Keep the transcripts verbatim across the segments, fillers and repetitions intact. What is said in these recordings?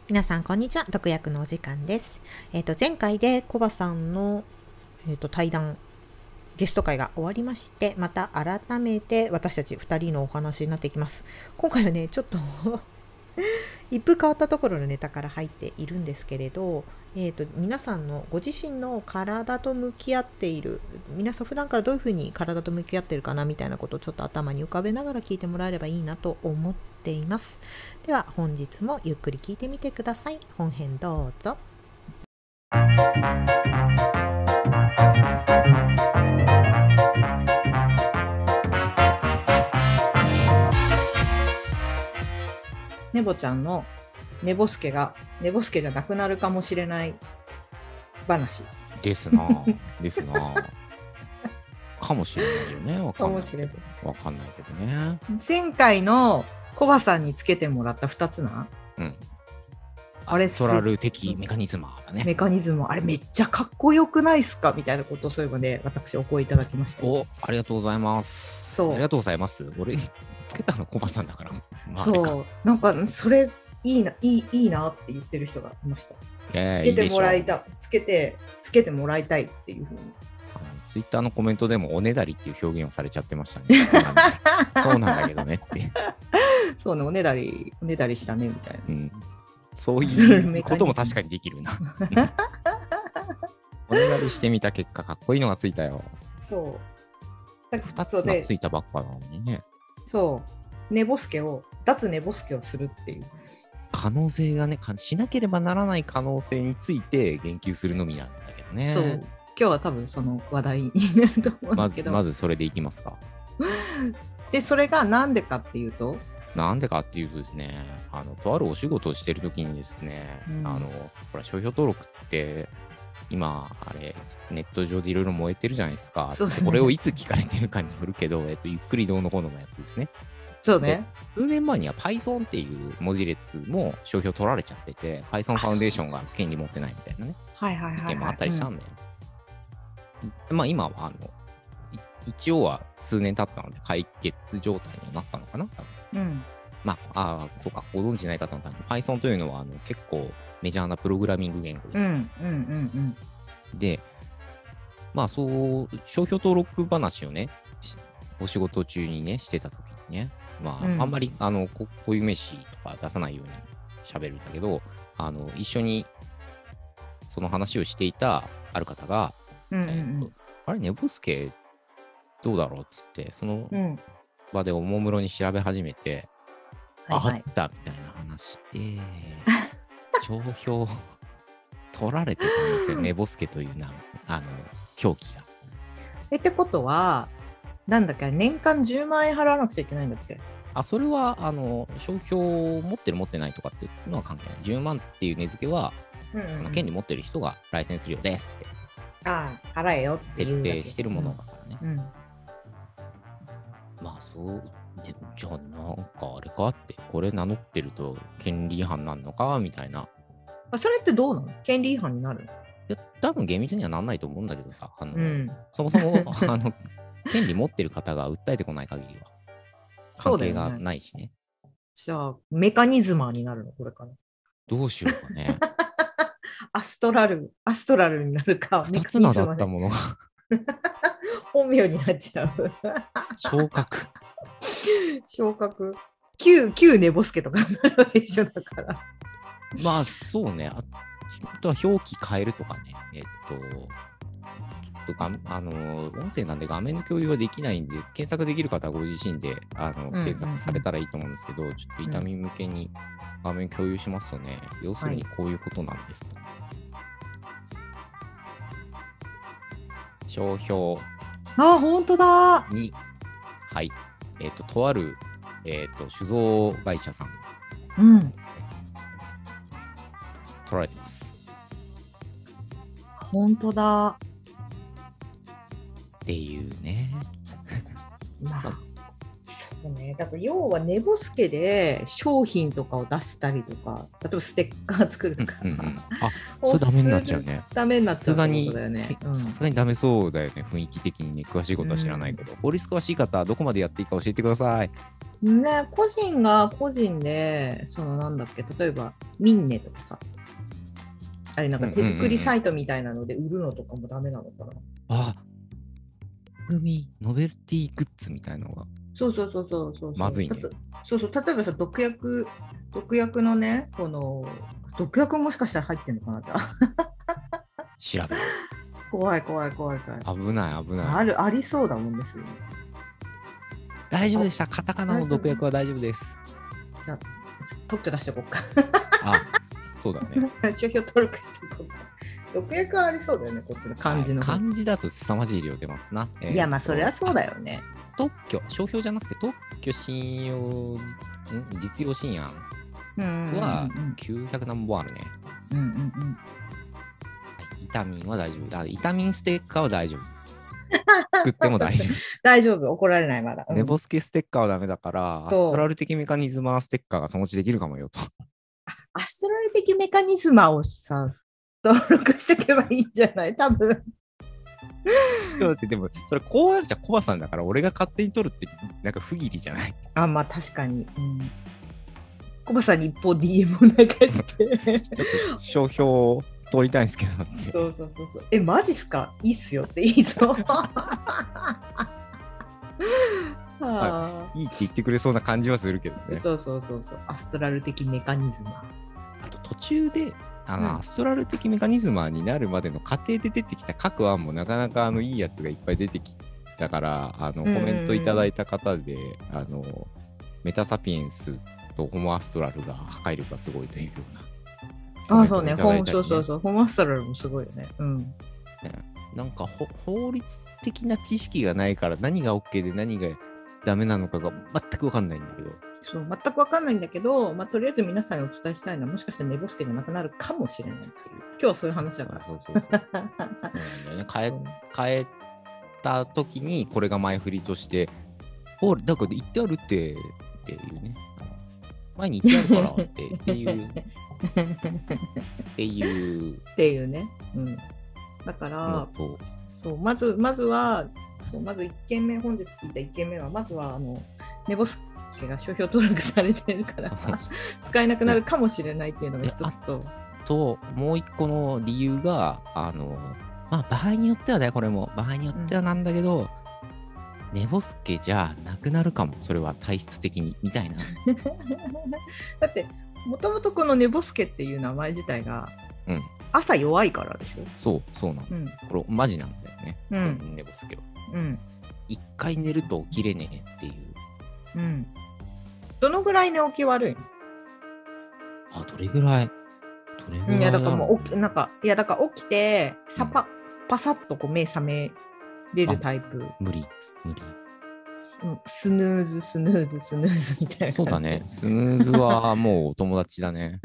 皆さんこんにちは。毒薬のお時間です。えっ、と前回でコバさんの、えー、と対談ゲスト会が終わりまして、また改めて私たちふたりのお話になっていきます。今回はねちょっと一風変わったところのネタから入っているんですけれど、えー、と皆さんのご自身の体と向き合っている、皆さん普段からどういうふうに体と向き合っているかなみたいなことをちょっと頭に浮かべながら聞いてもらえればいいなと思っています。では本日もゆっくり聞いてみてください。本編どうぞ。ねぼちゃんのねぼすけがねぼすけじゃなくなるかもしれない話ですなですなかもしれないよね。わかんないけどわかんないけどね。 前回のコバさんにつけてもらったふたつな、 うん、 あれアストラル的メカニズマだね。 メカニズムあれめっちゃかっこよくないっすかみたいなことをそういえばね私お声いただきました。 お、ありがとうございます。 そうありがとうございます。俺つけたのコバさんだから、 まあ、そうなんかそれいいないいいいなって言ってる人がいました。つけてもらいたいつけてつけてもらいたいっていうふうにツイッターのコメントでもおねだりっていう表現をされちゃってましたね。そうなんだけどねってそうね、おねだりおねだりしたねみたいな、うん、 そういうことも確かにできるなおねだりしてみた結果かっこいいのがついたよ。そうふたつがついたばっかなのにね。 そうねぼすけを脱ねぼすけをするっていう可能性がね、しなければならない可能性について言及するのみなんだけどね。そう今日は多分その話題になると思うんですけど、 まずまずそれでいきますか。 でそれがなんでかっていうとなんでかっていうとですね、あのとあるお仕事をしてるときにですね、うん、あのほら商標登録って今あれネット上でいろいろ燃えてるじゃないですか。そうですね、これをいつ聞かれてるかによるけど、えっと、ゆっくりどうのこうののやつですね。 そうね。 数年前には Python っていう文字列も商標取られちゃってて、Python ファウンデーションが権利持ってないみたいなね、 はいはいはい、はい、 意見もあったりしたんだよ。うん、まあ今はあの一応は数年経ったので解決状態になったのかな、多分。うん、まあ、あそうか、ご存知ない方のために Python というのはあの結構メジャーなプログラミング言語です。うんうんうんうん、で、まあそう商標登録話をね、お仕事中にねしてた時にね。まあ、うん、あんまりあのこ固有名詞とか出さないように喋るんだけど、あの一緒にその話をしていたある方が、うんうんうん、えー、あれねぼすけどうだろうっつってその場でおもむろに調べ始めて、うん、あったみたいな話で商標取られてたんですよねぼすけというなあの表記が。 えってことはなんだっけ年間じゅうまんえん払わなくちゃいけないんだっけ。 あ、それはあの商標を持ってる持ってないとかっていうのは関係ない。じゅうまんっていう値付けは、うんうんうん、あの権利持ってる人がライセンス料ですって。 ああ、払えよっていう徹底してるものだからね。うんうん、まあそう、ね、じゃあなんかあれかって、これ名乗ってると権利違反なんのかみたいな。 それってどうなの？権利違反になる？いや多分厳密にはなんないと思うんだけどさ、あの、うん、そもそもあの権利持ってる方が訴えてこない限りは関係がないし ね, ね。 じゃあメカニズマーになるのこれから。 どうしようかね。 アストラル、アストラルになるか。 ふたつ名だったものが本名になっちゃう。 昇格。 昇格。旧旧ねぼすけとかになるわけでしょだから。 まあそうね。あとは表記変えるとかね。えっと。とかあの音声なんで画面の共有はできないんです。検索できる方はご自身であの、うんうんうん、検索されたらいいと思うんですけど、ちょっと痛み向けに画面共有しますとね、うん、要するにこういうことなんですと。はい、商標あ、本当だに、はい、えっ、ー、と、とある、えっ、ー、と酒造会社さん、 うん、 ですね、取られてます。 本当だ。 っていうね。 まあ、そうね。 ね。だから要は寝ぼすけで商品とかを出したりとか、例えばステッカー作るとか、 うんうんうん、あ、それダメになっちゃうね。 ダメになっちゃうってことだよね。 さすがにダメそうだよね、雰囲気的にね。詳しいことは知らないけど、うん、法律詳しい方はどこまでやっていいか教えてください。 ね、個人が個人で、そのなんだっけ、例えばミンネとかさ、あれなんか手作りサイトみたいなので売るのとかもダメなのかな。 あ、海ノベルティグッズみたいなのが。 そうそうそうそうそう。 まずいね。 そうそう、例えばさ、毒薬、毒薬のね、この、毒薬もしかしたら入ってんのかな、じゃあ。 調べる。 怖い怖い怖い怖い。 危ない危ない。 ある、ありそうだもんですよね。 大丈夫でした。カタカナの毒薬は大丈夫です。 じゃあ、特許出しておこうか。 あ、そうだね。 商標登録しておこうか。毒薬はありそうだよね、こっちの漢字の、 はい。漢字だと凄まじい量出ますな。 えー、いや、まあ、それはそうだよね。 特許、商標じゃなくて特許信用、ん実用新案はきゅうひゃくなんぼあるね。 うんうんうん。 ビタミンは大丈夫。ビタミンステッカーは大丈夫。作っても大丈夫。 大丈夫、怒られない、まだ。 寝ぼすけステッカーはダメだから、アストラル的メカニズマーステッカーがそのうちできるかもよと。 アストラル的メカニズマをさ、登録しとけばいいんじゃない多分。 だってでも、それこうやるじゃコバさんだから、俺が勝手に取るって、なんか不義理じゃない？ あ、まあ確かに。うん、コバさんに一方 ディーエム を流して。 ちょっと商標を通りたいんですけどって。 そうそうそうそう。え、マジっすか？いいっすよっていいぞ。 はい、いいって言ってくれそうな感じはするけどね。 そうそうそうそう。アストラル的メカニズマ。 あと途中であの、うん、アストラル的メカニズマになるまでの過程で出てきた各案もなかなかあのいいやつがいっぱい出てきたからあのコメントいただいた方であのメタサピエンスとホモアストラルが破壊力がすごいというような。ああそうね、ねそうそうそうホモアストラルもすごいよね。うん。ね、 なんか法律的な知識がないから何が OK で何がダメなのかが全く分かんないんだけど。 そう全く分かんないんだけど、まあ、とりあえず皆さんにお伝えしたいのはもしかして寝ぼすけじゃなくなるかもしれないっていう今日はそういう話だから。そうそうそうそうね、変え変えた時にこれが前振りとしておだから言ってあるってっていうね前に言ってあるからってっていうっていうっていうね、うん、だからそうまずまずはそうまずいっけんめ本日聞いたいっけんめはまずはあの寝ぼすが商標登録されてるから使えなくなるかもしれないっていうのが一つとともう一個の理由があのまあ場合によってはねこれも場合によってはなんだけど、うん、寝ぼすけじゃなくなるかもそれは体質的にみたいなだってもともとこの寝ぼすけっていう名前自体が、 うん、 朝弱いからでしょ。 そうそうなの、うん、これマジなんだよね、 うん、 寝ぼすけは、 うん、 一回寝ると起きれねえっていう、 うん、どのぐらい寝起き悪いの？ あ、どれぐらいどれぐらいいやだからもう起きなんかいやだから起きてさパ、うん、パサッとこう目覚めれるタイプ。 無理無理。 スヌーズスヌーズスヌーズみたいな。 そうだね。スヌーズはもうお友達だね。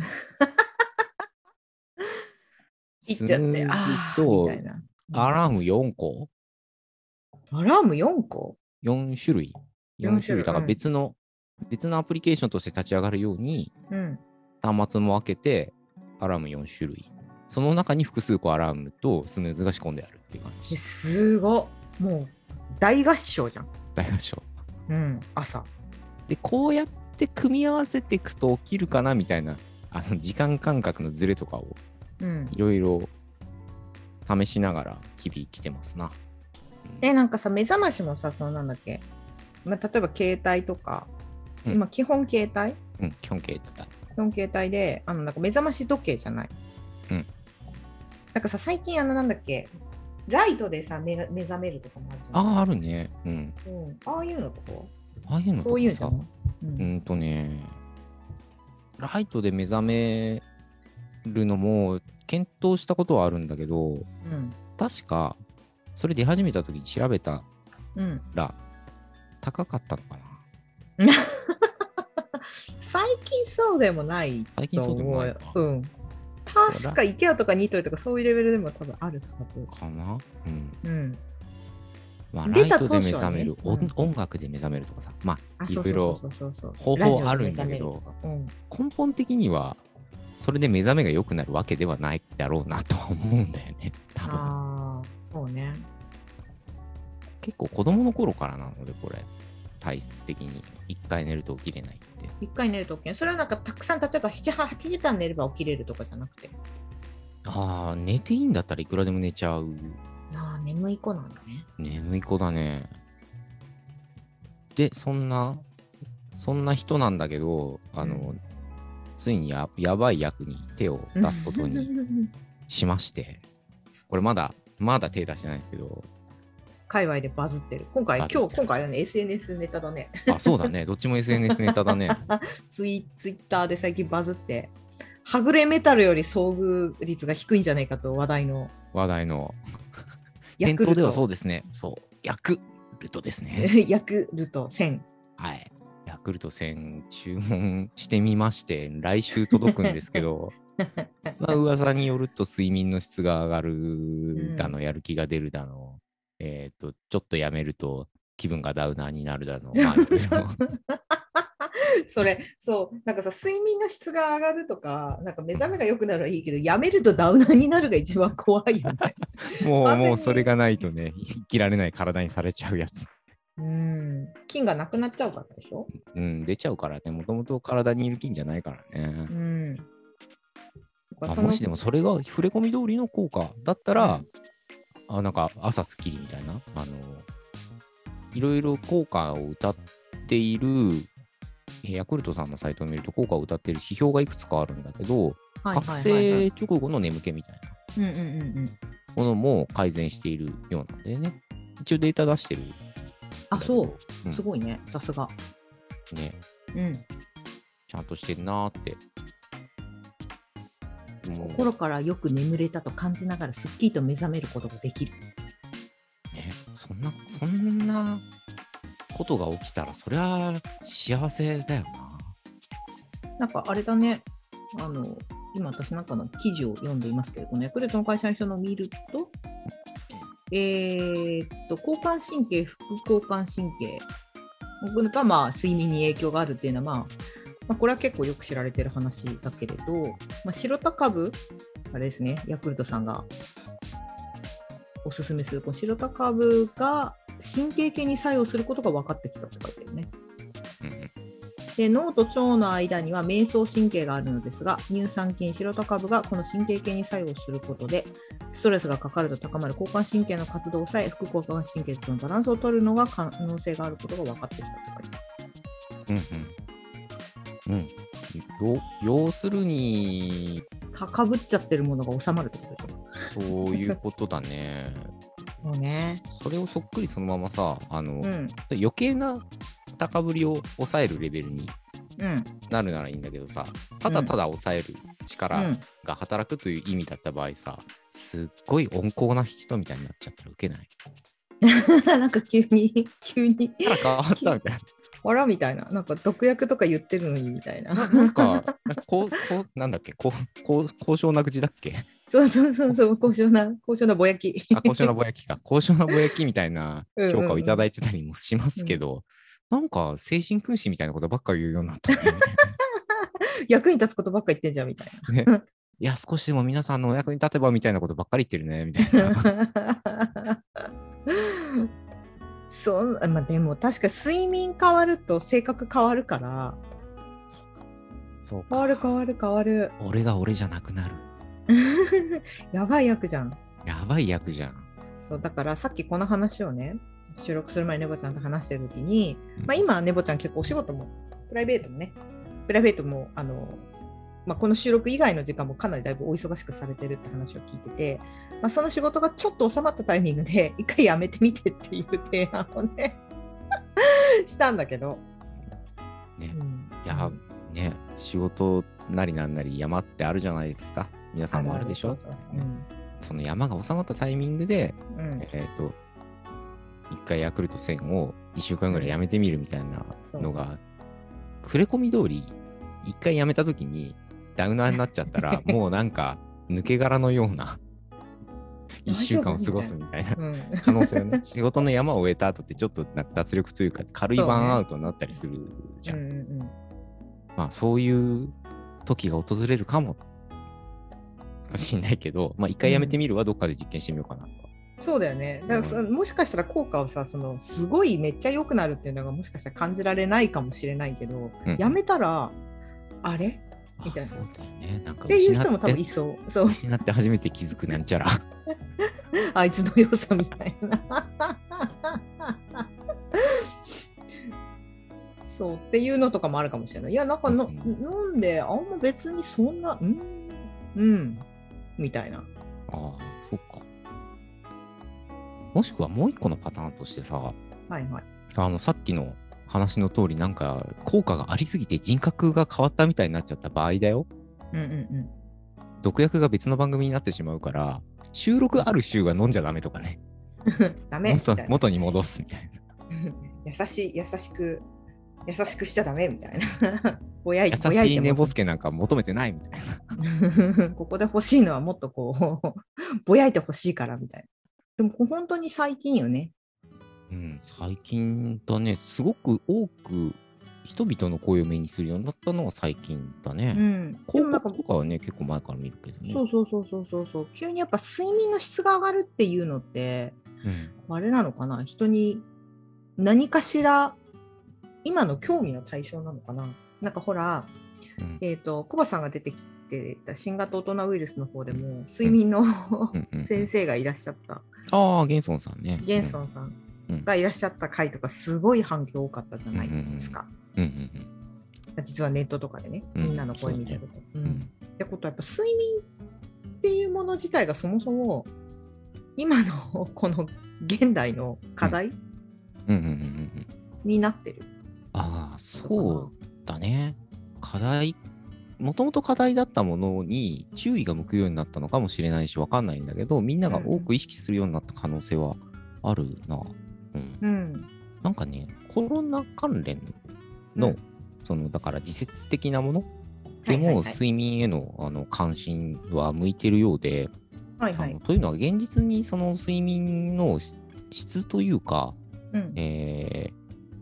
スヌーズとアラームよんこ。 アラームよんこ ? よん 種類。よん種類。だから別の、うん、別のアプリケーションとして立ち上がるように、 うん、 端末も分けてアラームよん種類。その中に複数個アラームとスヌーズが仕込んであるっていう感じ。 すごっ。もう大合唱じゃん。 大合唱。 うん、朝。 で、こうやって組み合わせていくと起きるかなみたいな、あの時間感覚のズレとかをいろいろ試しながら日々生きてますな。うん、 え、なんかさ、目覚ましもさ、そのなんだっけ、まあ、例えば携帯とか、うん、今基本携帯うん、基本携帯。 基本携帯で、あのなんか目覚まし時計じゃない。 うん。 なんかさ、最近あのなんだっけ、ライトでさ 目, 目覚めるとかもあるじゃん。 ああ、あるね。うん。 うん、ああいうのとかああいうのとかさ、 そういうじゃん。 うん、うんとね、ライトで目覚めるのも検討したことはあるんだけど、 うん、 確かそれ出始めた時に調べたら、 うん、 高かったのかな。 最近そうでもないと思う。 最近そうでもないか。 うん。確か IKEA とかニトリとかそういうレベルでも多分あるはずかな。うん。 うん。 まあ、ライトで目覚める、ねうん、音楽で目覚めるとかさ、まあ、いろいろ方法あるんだけど、うん、根本的にはそれで目覚めが良くなるわけではないだろうなとは思うんだよね、多分。 ああ、そうね。 結構子供の頃からなので、これ、体質的にいっかい寝ると起きれないって。 いっかい寝ると起きれない。それはなんかたくさん、例えばなな、はちじかん寝れば起きれるとかじゃなくて。 ああ、寝ていいんだったらいくらでも寝ちゃう。 ああ、眠い子なんだね。 眠い子だね。で、そんな、そんな人なんだけど、あの、うん、ついに や, やばい役に手を出すことにしまして、これまだ、まだ手出してないんですけど、 界隈でバズってる。今回、今日、今回はね、エスエヌエス ネタだね。 あ、そうだね。どっちも エスエヌエス ネタだね。 ツイ、ツイッターで最近バズって、はぐれメタルより遭遇率が低いんじゃないかと話題の。 話題の。店頭ではそうですね。そう。ヤクルトですね。 ヤクルトせん。 はい。ヤクルトせん注文してみまして、来週届くんですけど、まあ噂によると睡眠の質が上がるだの、うん、やる気が出るだの、えっと、ちょっとやめると気分がダウナーになるだの。まあ、 それ、そう、なんかさ、睡眠の質が上がるとか、なんか目覚めが良くなるはいいけど、やめるとダウナーになるが一番怖いよね。 もう、もうそれがないとね、生きられない体にされちゃうやつ。 うん、菌がなくなっちゃうからでしょ。 うん、出ちゃうからね、もともと体にいる菌じゃないからね。うん。まあ、もしでもそれが触れ込み通りの効果だったら、うん、あなんか朝スッキリみたいな、あの、いろいろ効果を謳っている、ヤクルトさんのサイトを見ると効果を謳っている指標がいくつかあるんだけど、覚醒直後の眠気みたいなものも改善しているようなんでね。一応データ出してる。 あ、そう。うん、すごいね。さすが。 ね。 うん。 ちゃんとしてるなーって。 心からよく眠れたと感じながらすっきりと目覚めることができる。 ね、そんな、そんなことが起きたら、そりゃ幸せだよな。なんかあれだね。あの、今私なんかの記事を読んでいますけれども、ヤクルトの会社の人の見ると、えー、っと、交感神経、副交感神経が、まあ、睡眠に影響があるっていうのは、まあ、まあ、これは結構よく知られてる話だけれど、まあ、白田株、あれですね、ヤクルトさんがおすすめする、この白田株が神経系に作用することが分かってきたって書いてるね。で、脳と腸の間には迷走神経があるのですが、乳酸菌、白田株がこの神経系に作用することで、ストレスがかかると高まる交感神経の活動を抑え、副交感神経とのバランスを取るのが可能性があることが分かってきたって書いてある。 うんうん。うん。要するに、 かかぶっちゃってるものが収まるってことでしょ。そういうことだね。 そうね。 それをそっくりそのままさ、あの、うん、余計な高ぶりを抑えるレベルになるならいいんだけどさ、うん、ただただ抑える力が働くという意味だった場合さ、すっごい温厚な人みたいになっちゃったらウケない？ なんか急に急に変わったみたいな。 あらみたいな、なんか毒薬とか言ってるのにみたいな。 なんかこうこうなんだっけ、こうこう高尚な口だっけ？ そうそうそうそう、高尚な高尚なぼやき。 あ、高尚なぼやきか。高尚なぼやきみたいな評価をいただいてたりもしますけど、うんうんうん、なんか精神君子みたいなことばっか言うようになったね。 役に立つことばっか言ってんじゃんみたいな。 ね、いや少しでも皆さんのお役に立てばみたいなことばっかり言ってるねみたいな。 そう、まあ、でも確か睡眠変わると性格変わるから。 そうか。 変わる変わる変わる。 俺が俺じゃなくなる。 やばい役じゃん。 やばい役じゃん。 そうだからさっきこの話をね、収録する前にねぼちゃんと話してる時に、うん、まあ、今ねぼちゃん結構お仕事もプライベートもねプライベートもあの、まあ、この収録以外の時間もかなりだいぶお忙しくされてるって話を聞いてて、まあ、その仕事がちょっと収まったタイミングで一回やめてみてっていう提案をねしたんだけどね、うん、いやね、仕事なりなんなり山ってあるじゃないですか。皆さんもあるでしょ。そうそう、うん、その山が収まったタイミングで、うん、えっと一回ヤクルトせんをいっしゅうかんぐらいやめてみるみたいなのが、触れ込み通り一回やめた時にダウナーになっちゃったらもうなんか抜け殻のようないっしゅうかんを過ごすみたいな可能性はね、仕事の山を終えた後ってちょっとなんか脱力というか軽いバーンアウトになったりするじゃん。そうね、うんうんうん、まあそういう時が訪れるかもしんないけど、まあ一回やめてみるはどっかで実験してみようかなと。 うん、そうだよね。だから、うん、もしかしたら効果をさ、そのすごいめっちゃ良くなるっていうのがもしかしたら感じられないかもしれないけど、うん、やめたらあれみたいな。そうだよね。なんかっていう人も多分いそう。そう。 失って初めて気づくなんちゃら。 あいつの良さみたいな。そうっていうのとかもあるかもしれない。いや、なんかの、うん、なんであんま別にそんな、うん、うん、みたいな。ああ、そっか。もしくはもう一個のパターンとしてさ、 はいはい。 あの、さっきの話の通り、なんか効果がありすぎて人格が変わったみたいになっちゃった場合だよ。 うんうんうん。 毒薬が別の番組になってしまうから、収録ある週は飲んじゃダメとかね。 ダメ元元に戻すみたいな。優しい、優しく、優しくしちゃダメみたいな。ぼやい優しい寝ぼすけなんか求めてないみたいな。ここで欲しいのはもっとこう、ぼやいて欲しいからみたいな。でも本当に最近よね。 うん、最近だね。すごく多く人々の声を目にするようになったのは最近だね。うん、広告とかはね、結構前から見るけどね。 そうそうそうそうそうそう。急にやっぱ睡眠の質が上がるっていうのって、うん、あれなのかな、人に何かしら今の興味の対象なのかな。なんかほら、うん、えっと、コバさんが出てきてた新型大人ウイルスの方でも、うん、睡眠の、うん、先生がいらっしゃった。 ああ、ゲンソンさんね。 ゲンソンさんがいらっしゃった回とか、すごい反響多かったじゃないですか。うんうんうん、実はネットとかでね、みんなの声見てると。うんうん、ってことは、やっぱ睡眠っていうもの自体がそもそも、今のこの現代の課題になってる。 ああ、そうだね。課題、もともと課題だったものに注意が向くようになったのかもしれないし、わかんないんだけど、みんなが多く意識するようになった可能性はあるな。うんうん、なんかね、コロナ関連の、うん、そのだから自説的なものでも、はいはいはい、睡眠への、あの関心は向いてるようで、はいはい、あのというのは現実にその睡眠の質というか、うんえ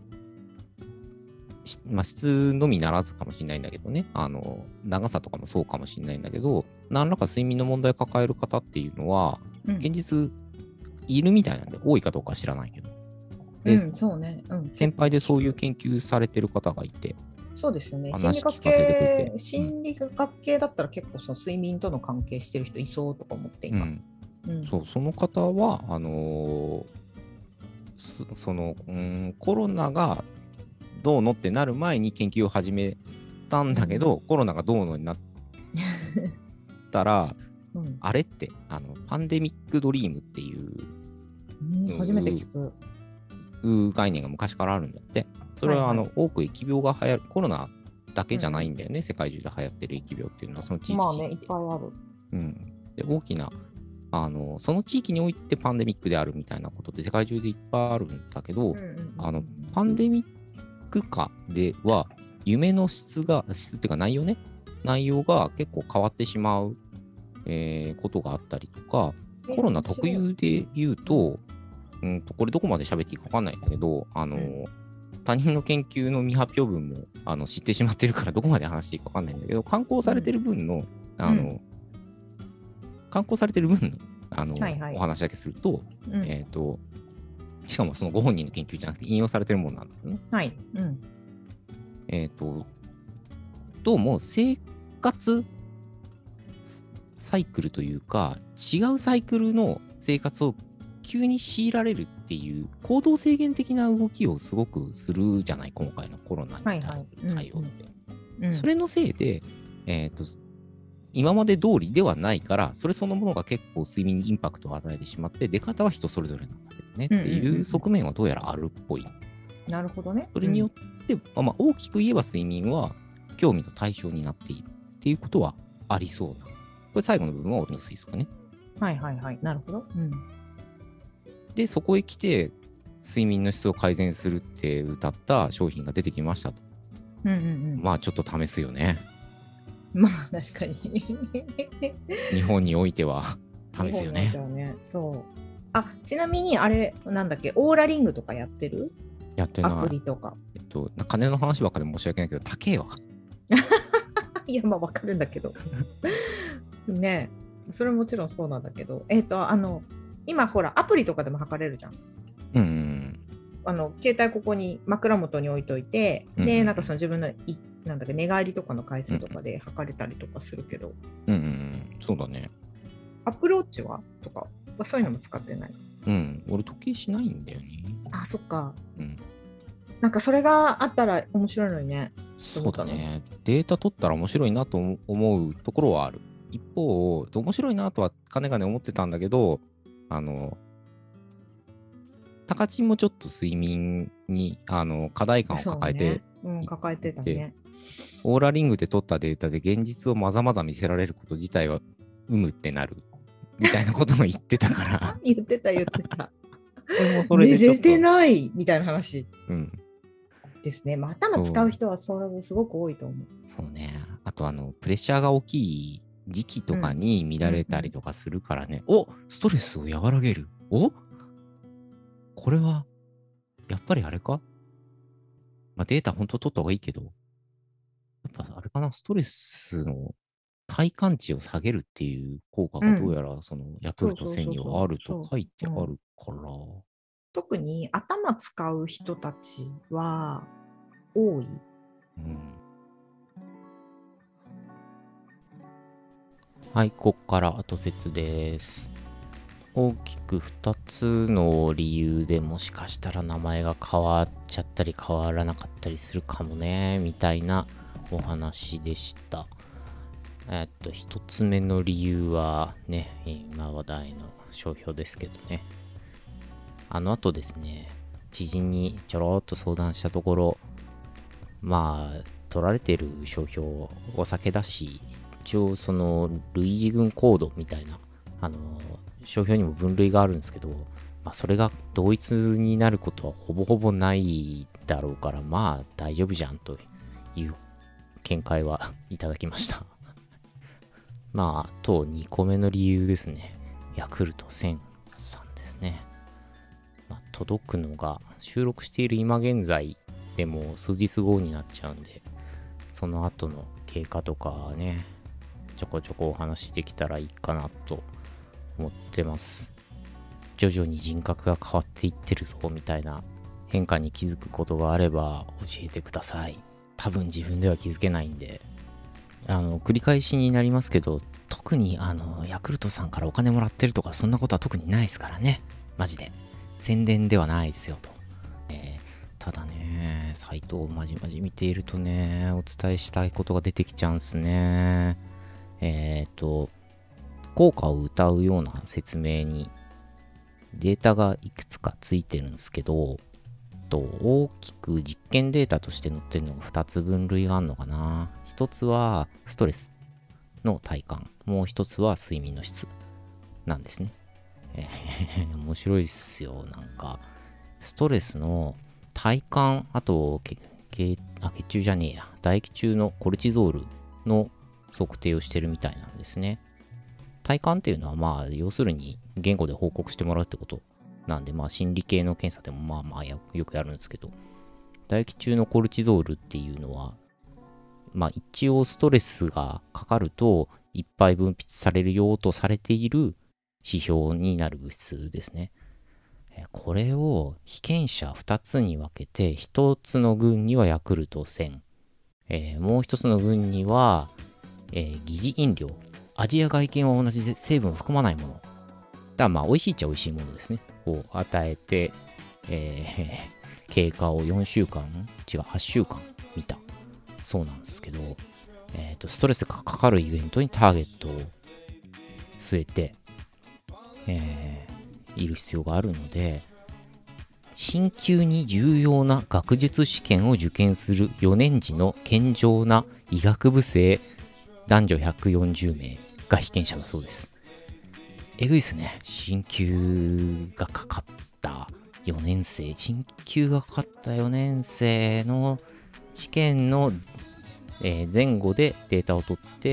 ーまあ、質のみならずかもしれないんだけどね、あの長さとかもそうかもしれないんだけど、何らか睡眠の問題を抱える方っていうのは、うん、現実いるみたいなんで、多いかどうか知らないけど。 うん、そうね、うん。 先輩でそういう研究されてる方がいて。 そうですよね。心理学系、心理学系だったら結構その睡眠との関係してる人いそうとか思って今。うんうん、そう、その方は、あのー、その、うん、コロナがどうのってなる前に研究を始めたんだけど、うん、コロナがどうのになったら、うん、あれってあのパンデミックドリームっていう、 うん、初めて聞く概念が昔からあるんだって。それはあの、はいはい、多く疫病が流行る、コロナだけじゃないんだよね、うん、世界中で流行ってる疫病っていうのはその地域まあね、いっぱいある。 うん、で大きなあのその地域においてパンデミックであるみたいなことって世界中でいっぱいあるんだけど、うんうんうん、あのパンデミック下では夢の質が質っていうか内容ね内容が結構変わってしまう、えー、ことがあったりとか、コロナ特有で言うと、うんとこれどこまで喋っていいか分かんないんだけど、あの、うん、他人の研究の未発表分もあの知ってしまってるからどこまで話していいか分かんないんだけど、刊行されてる分の、うん、あの、うん、刊行されてる分の、あの、はいはい、お話だけすると、うん、えっと、しかもそのご本人の研究じゃなくて引用されてるものなんだよね。 はい。うん、 えっと、どうも生活サイクルというか、違うサイクルの生活を急に強いられるっていう行動制限的な動きをすごくするじゃない、今回のコロナに対応って。それのせいで、えーと、今まで通りではないから、それそのものが結構睡眠にインパクトを与えてしまって、出方は人それぞれなんだけどねっていう側面はどうやらあるっぽい。 なるほどね。 それによって、うんまあ、大きく言えば睡眠は興味の対象になっているっていうことはありそうだ。これ最後の部分は俺の推測ね。 はいはいはい。なるほど。うん、 で、そこへ来て、睡眠の質を改善するって謳った商品が出てきましたと。 うんうんうん、 まあ、ちょっと試すよね。 まあ、確かに。 日本においては。 ダメですよね。 ねそう。あ、ちなみにあれなんだっけ、オーラリングとかやってる？ やってない。 アプリとか。 えっと金の話ばっかで申し訳ないけど高えわ。 いやまあわかるんだけど。ねえ、それもちろんそうなんだけど、えっとあの今ほらアプリとかでも測れるじゃん。 うん、うん。 あの携帯ここに枕元に置いといて、うんうん、でなんかその自分のいなんだか寝返りとかの回数とかで測れたりとかするけど、 うんうん、うん、そうだね。 アップルウォッチはとかそういうのも使ってない？ うん、俺時計しないんだよね。 あ、そっか。 うん。 なんかそれがあったら面白いのにね。 そうだね。データ取ったら面白いなと思うところはある。一方、面白いなとはかねがね思ってたんだけど、あの、高知もちょっと睡眠にあの課題感を抱えて、ね、 うん、抱えてたね。 オーラリングで取ったデータで現実をまざまざ見せられること自体はうむってなるみたいなことも言ってたから言ってた言ってた。 でもそれでちょっと寝れてないみたいな話。 うん。 ですね。まあ、頭使う人はそれもすごく多いと思う。 そうね。あとあのプレッシャーが大きい時期とかに乱れたりとかするからね。うんうんうん、お、ストレスを和らげる。お、これはやっぱりあれか。まあ、データ本当取った方がいいけど、やっぱあれかな、ストレスの体感値を下げるっていう効果がどうやらそのヤクルトせんにはあると書いてあるから。 特に頭使う人たちは多い。うん、 はい、ここから後説です。大きくふたつの理由でもしかしたら名前が変わっちゃったり変わらなかったりするかもねみたいなお話でした。えっとひとつめの理由はね、今話題の商標ですけどね、あの後ですね、知人にちょろっと相談したところ、まあ取られてる商標お酒だし、一応その類似群コードみたいなあの商標にも分類があるんですけど、まあ、それが同一になることはほぼほぼないだろうから、まあ大丈夫じゃんという見解はいただきましたまあとにこめの理由ですね、ヤクルトせんさんですね。まあ、届くのが収録している今現在でも数日後になっちゃうんで、その後の経過とかね、ちょこちょこお話できたらいいかなと思ってます。徐々に人格が変わっていってるぞみたいな変化に気づくことがあれば教えてください。多分自分では気づけないんで、あの繰り返しになりますけど、特にあのヤクルトさんからお金もらってるとかそんなことは特にないですからね。マジで宣伝ではないですよと、えー、ただね、サイトをまじまじ見ているとね、お伝えしたいことが出てきちゃうんすね。えっと効果を謳うような説明にデータがいくつかついてるんですけど、と大きく実験データとして載ってるのがふたつ分類があるのかな。ひとつはストレスの体感、もうひとつは睡眠の質なんですね。えー、面白いっすよ。なんかストレスの体感、あと血あ血中じゃねえや唾液中のコルチゾールの測定をしてるみたいなんですね。体感っていうのはまあ要するに言語で報告してもらうってことなんで、まあ心理系の検査でもまあまあよくやるんですけど、唾液中のコルチゾールっていうのはまあ一応ストレスがかかるといっぱい分泌されるよとされている指標になる物質ですね。これを被験者ふたつに分けて、ひとつの群にはヤクルトせん、えー、もうひとつの群には、えー、疑似飲料、味や外見は同じで成分を含まないもの。だからまあ美味しいっちゃ美味しいものですね。を与えて、えー、経過をよんしゅうかん、違うはっしゅうかん見たそうなんですけど、えーと、ストレスがかかるイベントにターゲットを据えて、えー、いる必要があるので、進級に重要な学術試験を受験するよねん次の健常な医学部生男女ひゃくよんじゅうめいが被験者だそうです。えぐいっすね。進級がかかったよねん生、進級がかかったよねん生の試験の、えー、前後でデータを取って、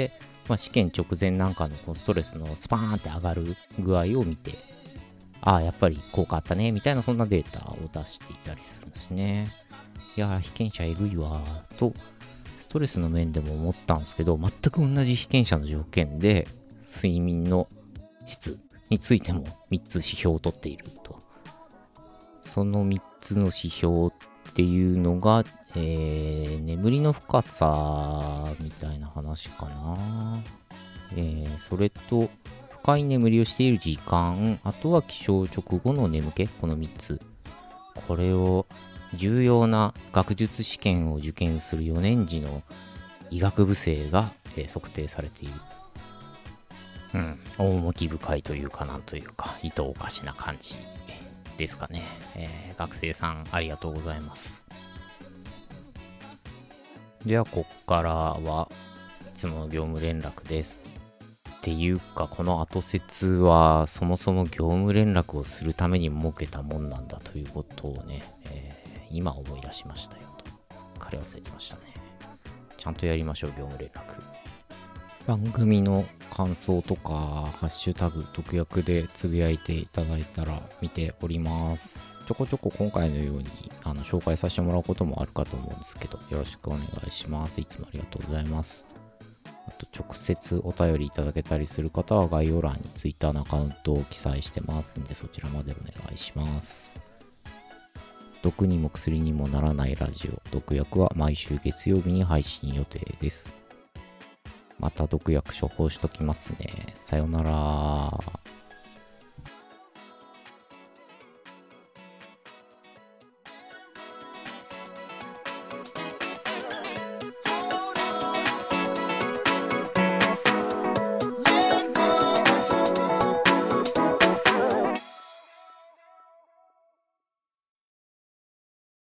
まあ、試験直前なんかのこうストレスのスパーンって上がる具合を見て、ああ、やっぱり効果あったね、みたいなそんなデータを出していたりするんですね。いやー、被験者えぐいわーと、ストレスの面でも思ったんですけど、全く同じ被験者の条件で、睡眠の質についてもみっつ指標を取っていると。そのみっつの指標っていうのが、えー、眠りの深さみたいな話かな。えー、それと、深い眠りをしている時間、あとは起床直後の眠気、このみっつ。これを重要な学術試験を受験するよねん次の医学部生が、えー、測定されている。うん、趣深いというかなんというか、いとおかしな感じですかね。えー、学生さんありがとうございます。では、こっからはいつもの業務連絡です。っていうか、この後説はそもそも業務連絡をするために設けたもんなんだということをね、えー、今思い出しましたよと。すっかり忘れてましたね。ちゃんとやりましょう、業務連絡。番組の感想とか、ハッシュタグ、特約でつぶやいていただいたら見ております。ちょこちょこ今回のようにあの紹介させてもらうこともあるかと思うんですけど、よろしくお願いします。いつもありがとうございます。あと直接お便りいただけたりする方は概要欄に Twitter のアカウントを記載してますんで、そちらまでお願いします。毒にも薬にもならないラジオ、毒薬は毎週月曜日に配信予定です。また毒薬処方しときますね。さよなら。